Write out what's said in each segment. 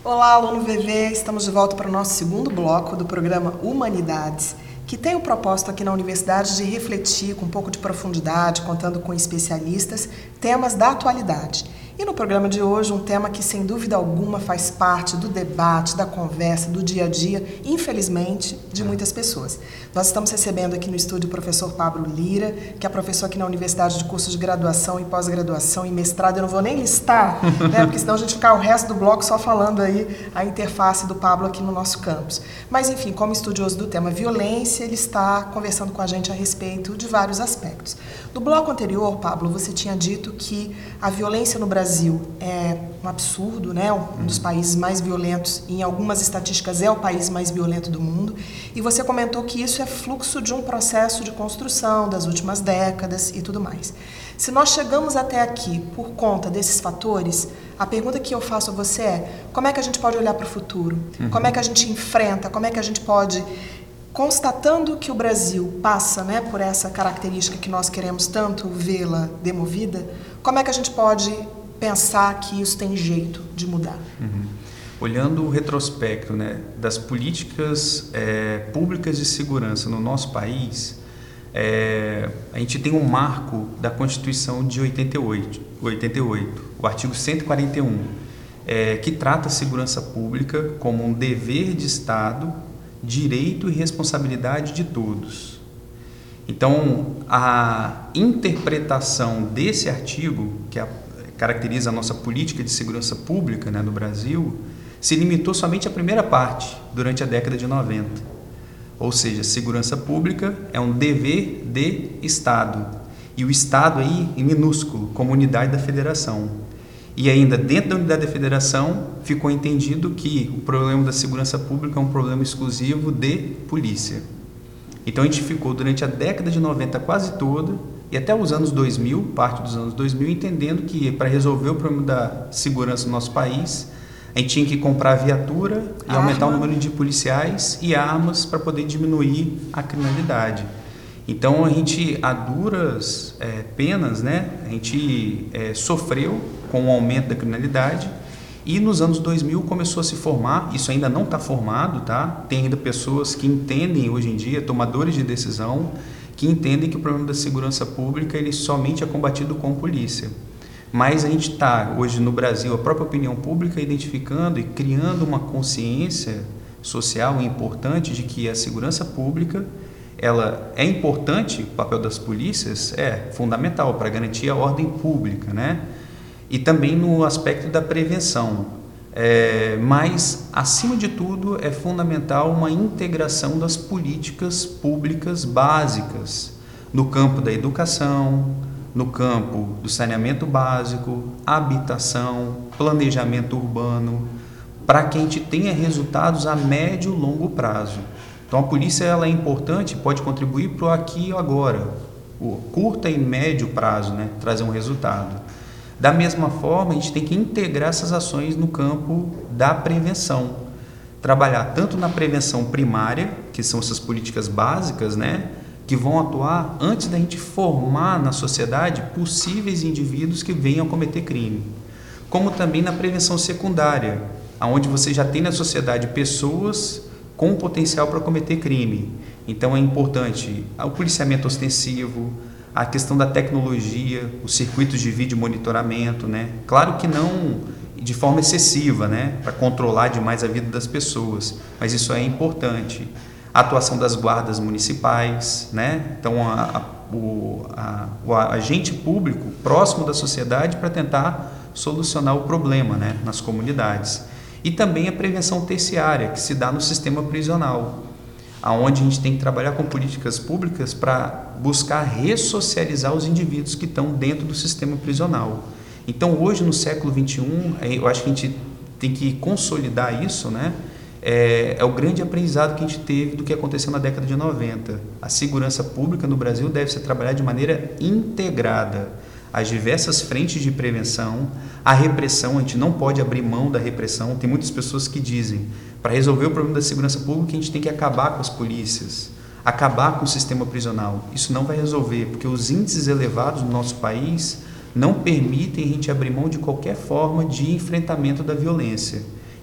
Olá, aluno VV, estamos de volta para o nosso segundo bloco do programa Humanidades, que tem o propósito aqui na universidade de refletir com um pouco de profundidade, contando com especialistas, temas da atualidade. E no programa de hoje, um tema que sem dúvida alguma faz parte do debate, da conversa, do dia a dia, infelizmente, de muitas pessoas. Nós estamos recebendo aqui no estúdio o professor Pablo Lira, que é professor aqui na Universidade de cursos de graduação e pós-graduação e mestrado. Eu não vou nem listar, né, porque senão a gente fica o resto do bloco só falando aí a interface do Pablo aqui no nosso campus. Mas enfim, como estudioso do tema violência, ele está conversando com a gente a respeito de vários aspectos. No bloco anterior, Pablo, você tinha dito que a violência no Brasil é um absurdo, né? Um dos países mais violentos, e em algumas estatísticas é o país mais violento do mundo, e você comentou que isso é fluxo de um processo de construção das últimas décadas e tudo mais. Se nós chegamos até aqui por conta desses fatores, a pergunta que eu faço a você é: como é que a gente pode olhar para o futuro? Como é que a gente enfrenta? Como é que a gente pode, constatando que o Brasil passa, né, por essa característica que nós queremos tanto vê-la demovida, como é que a gente pode pensar que isso tem jeito de mudar? Olhando o retrospecto, né, das políticas públicas de segurança no nosso país, a gente tem um marco da Constituição de 88, o artigo 141, que trata a segurança pública como um dever de Estado, direito e responsabilidade de todos. Então, a interpretação desse artigo, que caracteriza a nossa política de segurança pública, né, no Brasil, se limitou somente à primeira parte, durante a década de 90. Ou seja, segurança pública é um dever de Estado. E o Estado aí, em minúsculo, como unidade da federação. E ainda dentro da unidade da federação, ficou entendido que o problema da segurança pública é um problema exclusivo de polícia. Então a gente ficou durante a década de 90 quase toda, e até os anos 2000, parte dos anos 2000, entendendo que para resolver o problema da segurança no nosso país, a gente tinha que comprar viatura e aumentar o número de policiais e armas para poder diminuir a criminalidade. Então a gente, a duras penas, né, a gente sofreu com o aumento da criminalidade, e nos anos 2000 começou a se formar, isso ainda não está formado, tá? Tem ainda pessoas que entendem hoje em dia, tomadores de decisão, que entendem que o problema da segurança pública ele somente é combatido com polícia. Mas a gente está hoje no Brasil, a própria opinião pública identificando e criando uma consciência social importante de que a segurança pública ela é importante, o papel das polícias é fundamental para garantir a ordem pública, né? E também no aspecto da prevenção. Mas, acima de tudo, é fundamental uma integração das políticas públicas básicas no campo da educação, no campo do saneamento básico, habitação, planejamento urbano, para que a gente tenha resultados a médio e longo prazo. Então, a polícia ela é importante, pode contribuir para o aqui e agora, o curto e médio prazo, né, trazer um resultado. Da mesma forma, a gente tem que integrar essas ações no campo da prevenção. Trabalhar tanto na prevenção primária, que são essas políticas básicas, né, que vão atuar antes da gente formar na sociedade possíveis indivíduos que venham a cometer crime. Como também na prevenção secundária, onde você já tem na sociedade pessoas com potencial para cometer crime. Então é importante o policiamento ostensivo, a questão da tecnologia, os circuitos de vídeo monitoramento, né? Claro que não de forma excessiva, né? Para controlar demais a vida das pessoas, mas isso é importante. A atuação das guardas municipais, né? Então o agente público próximo da sociedade para tentar solucionar o problema, né? Nas comunidades. E também a prevenção terciária, que se dá no sistema prisional, aonde a gente tem que trabalhar com políticas públicas para buscar ressocializar os indivíduos que estão dentro do sistema prisional. Então, hoje, no século XXI, eu acho que a gente tem que consolidar isso, né? É o grande aprendizado que a gente teve do que aconteceu na década de 90. A segurança pública no Brasil deve ser trabalhada de maneira integrada. As diversas frentes de prevenção, a repressão, a gente não pode abrir mão da repressão. Tem muitas pessoas que dizem, para resolver o problema da segurança pública, a gente tem que acabar com as polícias, acabar com o sistema prisional. Isso não vai resolver, porque os índices elevados no nosso país não permitem a gente abrir mão de qualquer forma de enfrentamento da violência.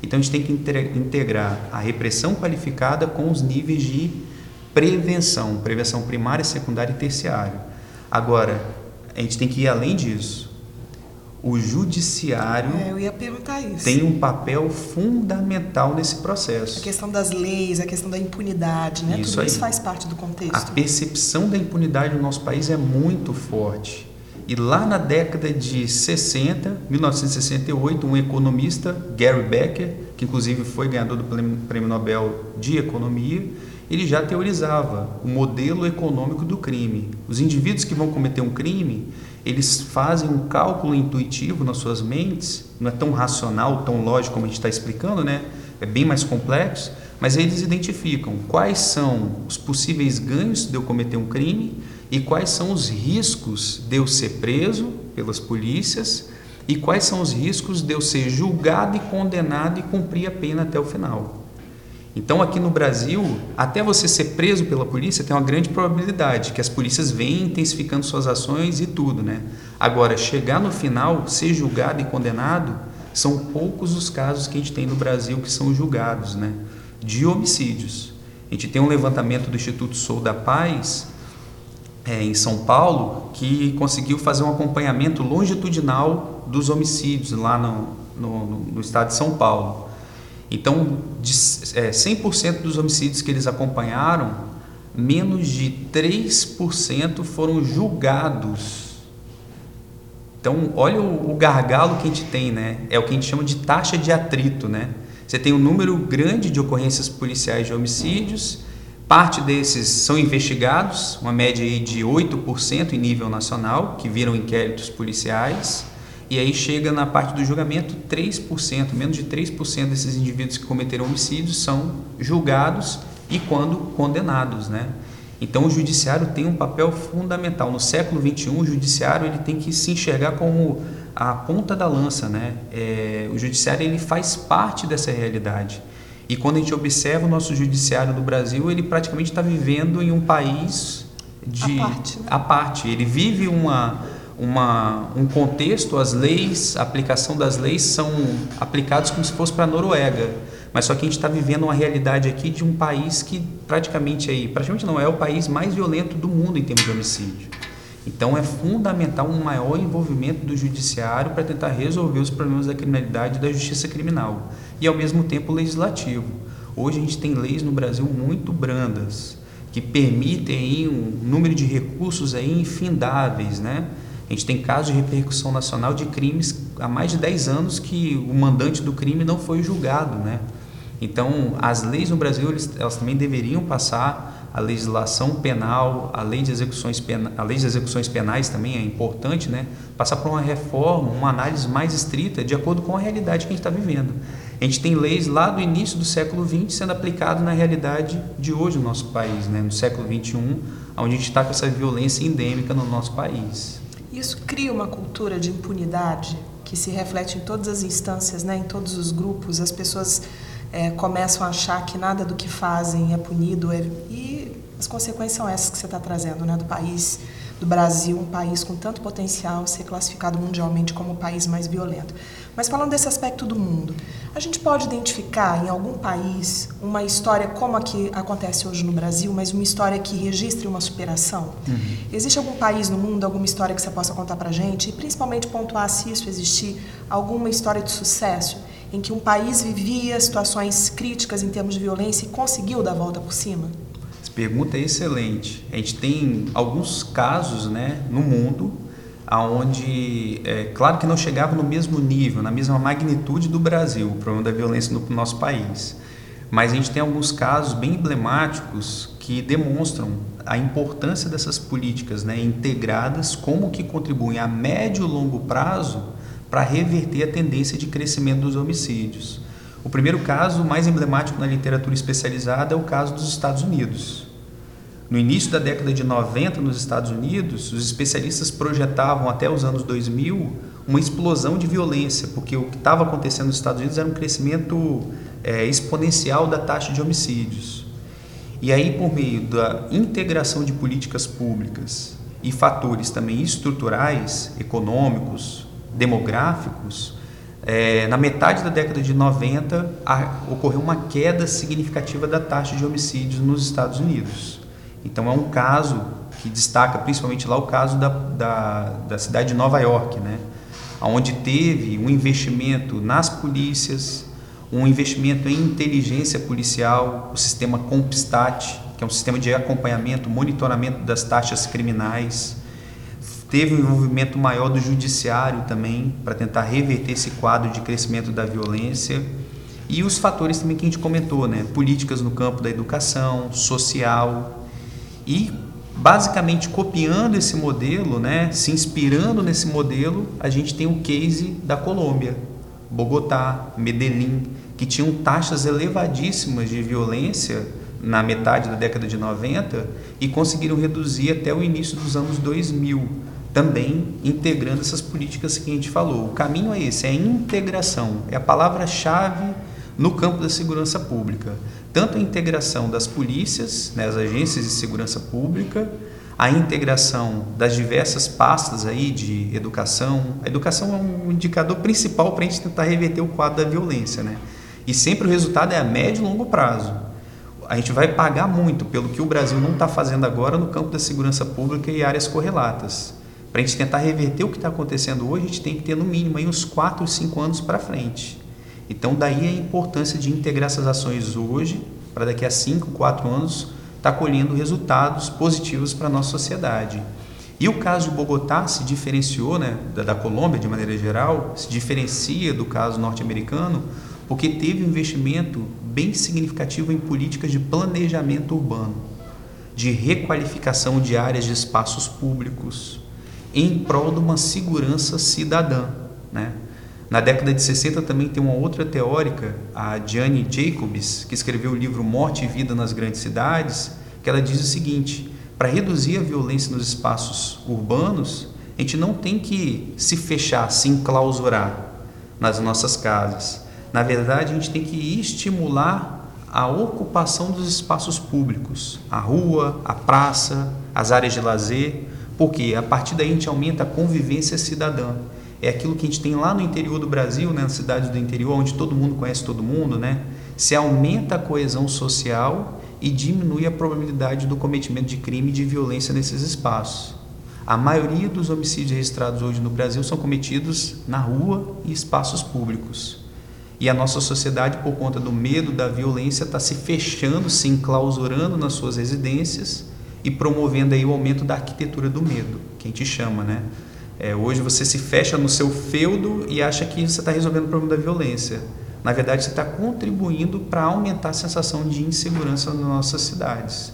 Então a gente tem que integrar a repressão qualificada com os níveis de prevenção primária, secundária e terciária. Agora, a gente tem que ir além disso. O judiciário eu ia perguntar isso. tem um papel fundamental nesse processo. A questão das leis, a questão da impunidade, né? Isso Tudo aí. isso faz parte do contexto. A percepção da impunidade no nosso país é muito forte. E lá na década de 60, 1968, um economista, Gary Becker, que inclusive foi ganhador do Prêmio Nobel de Economia, ele já teorizava o modelo econômico do crime. Os indivíduos que vão cometer um crime, eles fazem um cálculo intuitivo nas suas mentes, não é tão racional, tão lógico como a gente está explicando, né? É bem mais complexo, mas eles identificam quais são os possíveis ganhos de eu cometer um crime e quais são os riscos de eu ser preso pelas polícias e quais são os riscos de eu ser julgado e condenado e cumprir a pena até o final. Então, aqui no Brasil, até você ser preso pela polícia, tem uma grande probabilidade que as polícias venham intensificando suas ações e tudo, né? Agora, chegar no final, ser julgado e condenado, são poucos os casos que a gente tem no Brasil que são julgados, né? De homicídios. A gente tem um levantamento do Instituto Sou da Paz, em São Paulo, que conseguiu fazer um acompanhamento longitudinal dos homicídios lá no estado de São Paulo. Então, 100% dos homicídios que eles acompanharam, menos de 3% foram julgados. Então, olha o gargalo que a gente tem, né? É o que a gente chama de taxa de atrito, né? Você tem um número grande de ocorrências policiais de homicídios, parte desses são investigados, uma média aí de 8% em nível nacional, que viram inquéritos policiais. E aí chega na parte do julgamento, 3%, menos de 3% desses indivíduos que cometeram homicídios são julgados e quando condenados, né? Então o judiciário tem um papel fundamental. No século XXI, o judiciário ele tem que se enxergar como a ponta da lança, né? O judiciário ele faz parte dessa realidade. E quando a gente observa o nosso judiciário do Brasil, ele praticamente está vivendo em um país à parte. Ele vive um contexto, as leis, a aplicação das leis são aplicadas como se fosse para a Noruega, mas só que a gente está vivendo uma realidade aqui de um país que praticamente não é o país mais violento do mundo em termos de homicídio. Então é fundamental um maior envolvimento do judiciário para tentar resolver os problemas da criminalidade e da justiça criminal e ao mesmo tempo legislativo. Hoje a gente tem leis no Brasil muito brandas que permitem aí um número de recursos aí infindáveis, né? A gente tem casos de repercussão nacional de crimes há mais de 10 anos que o mandante do crime não foi julgado, né? Então, as leis no Brasil, elas também deveriam passar a legislação penal, a lei de execuções penais também é importante, né? Passar por uma reforma, uma análise mais estrita de acordo com a realidade que a gente está vivendo. A gente tem leis lá do início do século XX sendo aplicadas na realidade de hoje no nosso país, né? No século XXI, onde a gente está com essa violência endêmica no nosso país. Isso cria uma cultura de impunidade que se reflete em todas as instâncias, né? Em todos os grupos. As pessoas começam a achar que nada do que fazem é punido e as consequências são essas que você está trazendo, né? Do Brasil, um país com tanto potencial, ser classificado mundialmente como o país mais violento. Mas falando desse aspecto do mundo, a gente pode identificar em algum país uma história como a que acontece hoje no Brasil, mas uma história que registre uma superação? Existe algum país no mundo, alguma história que você possa contar pra gente? E principalmente pontuar se isso existir, alguma história de sucesso em que um país vivia situações críticas em termos de violência e conseguiu dar a volta por cima? Essa pergunta é excelente. A gente tem alguns casos, né, no mundo onde, claro que não chegava no mesmo nível, na mesma magnitude do Brasil, o problema da violência no nosso país. Mas a gente tem alguns casos bem emblemáticos que demonstram a importância dessas políticas, né, integradas, como que contribuem a médio e longo prazo para reverter a tendência de crescimento dos homicídios. O primeiro caso, mais emblemático na literatura especializada, é o caso dos Estados Unidos. No início da década de 90, nos Estados Unidos, os especialistas projetavam até os anos 2000 uma explosão de violência, porque o que estava acontecendo nos Estados Unidos era um crescimento exponencial da taxa de homicídios. E aí, por meio da integração de políticas públicas e fatores também estruturais, econômicos, demográficos, Na metade da década de 90, ocorreu uma queda significativa da taxa de homicídios nos Estados Unidos. Então, é um caso que destaca principalmente lá o caso da cidade de Nova York, né? Onde teve um investimento nas polícias, um investimento em inteligência policial, o sistema Compstat, que é um sistema de acompanhamento, monitoramento das taxas criminais. Teve um envolvimento maior do judiciário também, para tentar reverter esse quadro de crescimento da violência. E os fatores também que a gente comentou, né? Políticas no campo da educação, social. E, basicamente, copiando esse modelo, né? Se inspirando nesse modelo, a gente tem o case da Colômbia, Bogotá, Medellín, que tinham taxas elevadíssimas de violência na metade da década de 90 e conseguiram reduzir até o início dos anos 2000, também integrando essas políticas que a gente falou. O caminho é esse, é a integração, é a palavra-chave no campo da segurança pública. Tanto a integração das polícias, né, as agências de segurança pública, a integração das diversas pastas aí de educação. A educação é um indicador principal para a gente tentar reverter o quadro da violência, né? E sempre o resultado é a médio e longo prazo. A gente vai pagar muito pelo que o Brasil não está fazendo agora no campo da segurança pública e áreas correlatas. Para a gente tentar reverter o que está acontecendo hoje, a gente tem que ter no mínimo aí uns 4, 5 anos para frente. Então daí a importância de integrar essas ações hoje, para daqui a 5, 4 anos, estar colhendo resultados positivos para a nossa sociedade. E o caso de Bogotá se diferenciou, né, da Colômbia de maneira geral, se diferencia do caso norte-americano, porque teve um investimento bem significativo em políticas de planejamento urbano, de requalificação de áreas de espaços públicos, em prol de uma segurança cidadã, né? Na década de 60 também tem uma outra teórica, a Jane Jacobs, que escreveu o livro Morte e Vida nas Grandes Cidades, que ela diz o seguinte: para reduzir a violência nos espaços urbanos, a gente não tem que se fechar, se enclausurar nas nossas casas. Na verdade, a gente tem que estimular a ocupação dos espaços públicos, a rua, a praça, as áreas de lazer, porque a partir daí a gente aumenta a convivência cidadã. É aquilo que a gente tem lá no interior do Brasil, né, nas cidades do interior, onde todo mundo conhece todo mundo, né? Se aumenta a coesão social e diminui a probabilidade do cometimento de crime e de violência nesses espaços. A maioria dos homicídios registrados hoje no Brasil são cometidos na rua e espaços públicos. E a nossa sociedade, por conta do medo da violência, está se fechando, se enclausurando nas suas residências e promovendo aí o aumento da arquitetura do medo, que a gente chama, né? Hoje você se fecha no seu feudo e acha que você está resolvendo o problema da violência. Na verdade, você está contribuindo para aumentar a sensação de insegurança nas nossas cidades.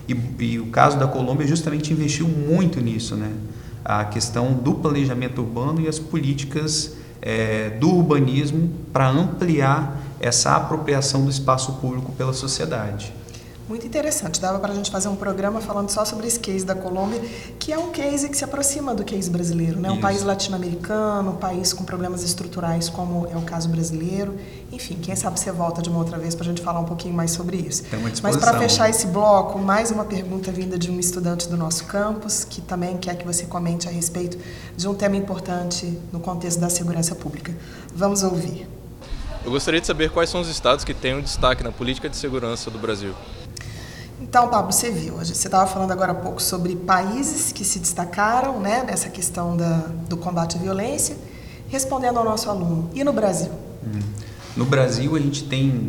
E o caso da Colômbia justamente investiu muito nisso, né? A questão do planejamento urbano e as políticas do urbanismo para ampliar essa apropriação do espaço público pela sociedade. Muito interessante, dava para a gente fazer um programa falando só sobre esse case da Colômbia, que é um case que se aproxima do case brasileiro, né? Um país latino-americano, um país com problemas estruturais como é o caso brasileiro. Enfim, quem sabe você volta de uma outra vez para a gente falar um pouquinho mais sobre isso. Mas para fechar esse bloco, mais uma pergunta vinda de um estudante do nosso campus, que também quer que você comente a respeito de um tema importante no contexto da segurança pública. Vamos ouvir. Eu gostaria de saber quais são os estados que têm um destaque na política de segurança do Brasil. Então, Pablo, você viu, você estava falando agora há pouco sobre países que se destacaram, né, nessa questão do combate à violência, respondendo ao nosso aluno. E no Brasil? No Brasil, a gente tem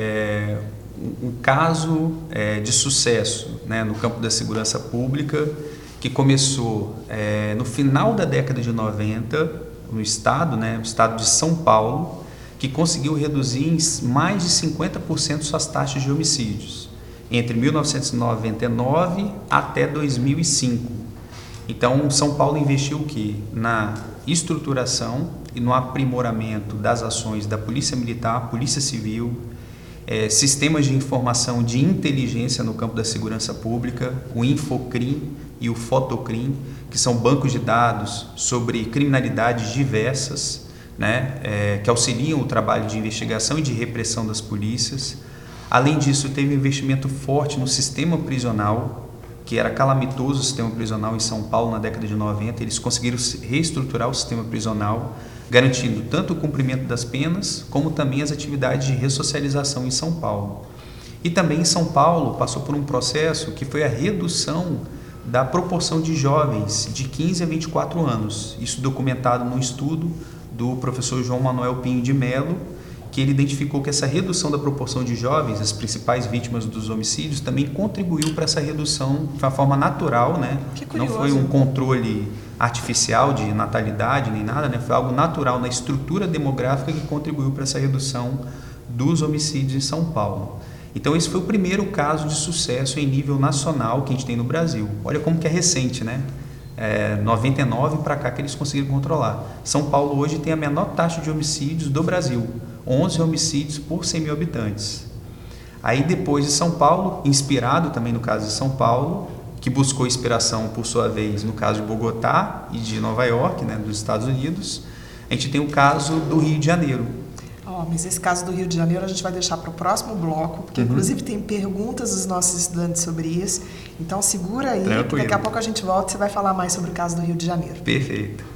um caso de sucesso, né, no campo da segurança pública, que começou no final da década de 90, no estado, né, o estado de São Paulo, que conseguiu reduzir em mais de 50% suas taxas de homicídios, entre 1999 até 2005. Então, São Paulo investiu o quê? Na estruturação e no aprimoramento das ações da Polícia Militar, Polícia Civil, sistemas de informação de inteligência no campo da segurança pública, o Infocrim e o Fotocrim, que são bancos de dados sobre criminalidades diversas, né, que auxiliam o trabalho de investigação e de repressão das polícias. Além disso, teve um investimento forte no sistema prisional, que era calamitoso o sistema prisional em São Paulo na década de 90. Eles conseguiram reestruturar o sistema prisional, garantindo tanto o cumprimento das penas, como também as atividades de ressocialização em São Paulo. E também em São Paulo passou por um processo que foi a redução da proporção de jovens de 15 a 24 anos. Isso documentado num estudo do professor João Manuel Pinho de Mello, que ele identificou que essa redução da proporção de jovens, as principais vítimas dos homicídios, também contribuiu para essa redução de uma forma natural, né? Não foi um controle artificial de natalidade nem nada, né? Foi algo natural na estrutura demográfica que contribuiu para essa redução dos homicídios em São Paulo. Então esse foi o primeiro caso de sucesso em nível nacional que a gente tem no Brasil. Olha como que é recente, né? 99 para cá que eles conseguiram controlar. São Paulo hoje tem a menor taxa de homicídios do Brasil, 11 homicídios por 100 mil habitantes. Aí depois de São Paulo, inspirado também no caso de São Paulo, que buscou inspiração por sua vez no caso de Bogotá e de Nova York, né, dos Estados Unidos, a gente tem o caso do Rio de Janeiro. Mas esse caso do Rio de Janeiro a gente vai deixar para o próximo bloco, porque inclusive tem perguntas dos nossos estudantes sobre isso. Então segura aí, que daqui a pouco a gente volta e você vai falar mais sobre o caso do Rio de Janeiro. Perfeito.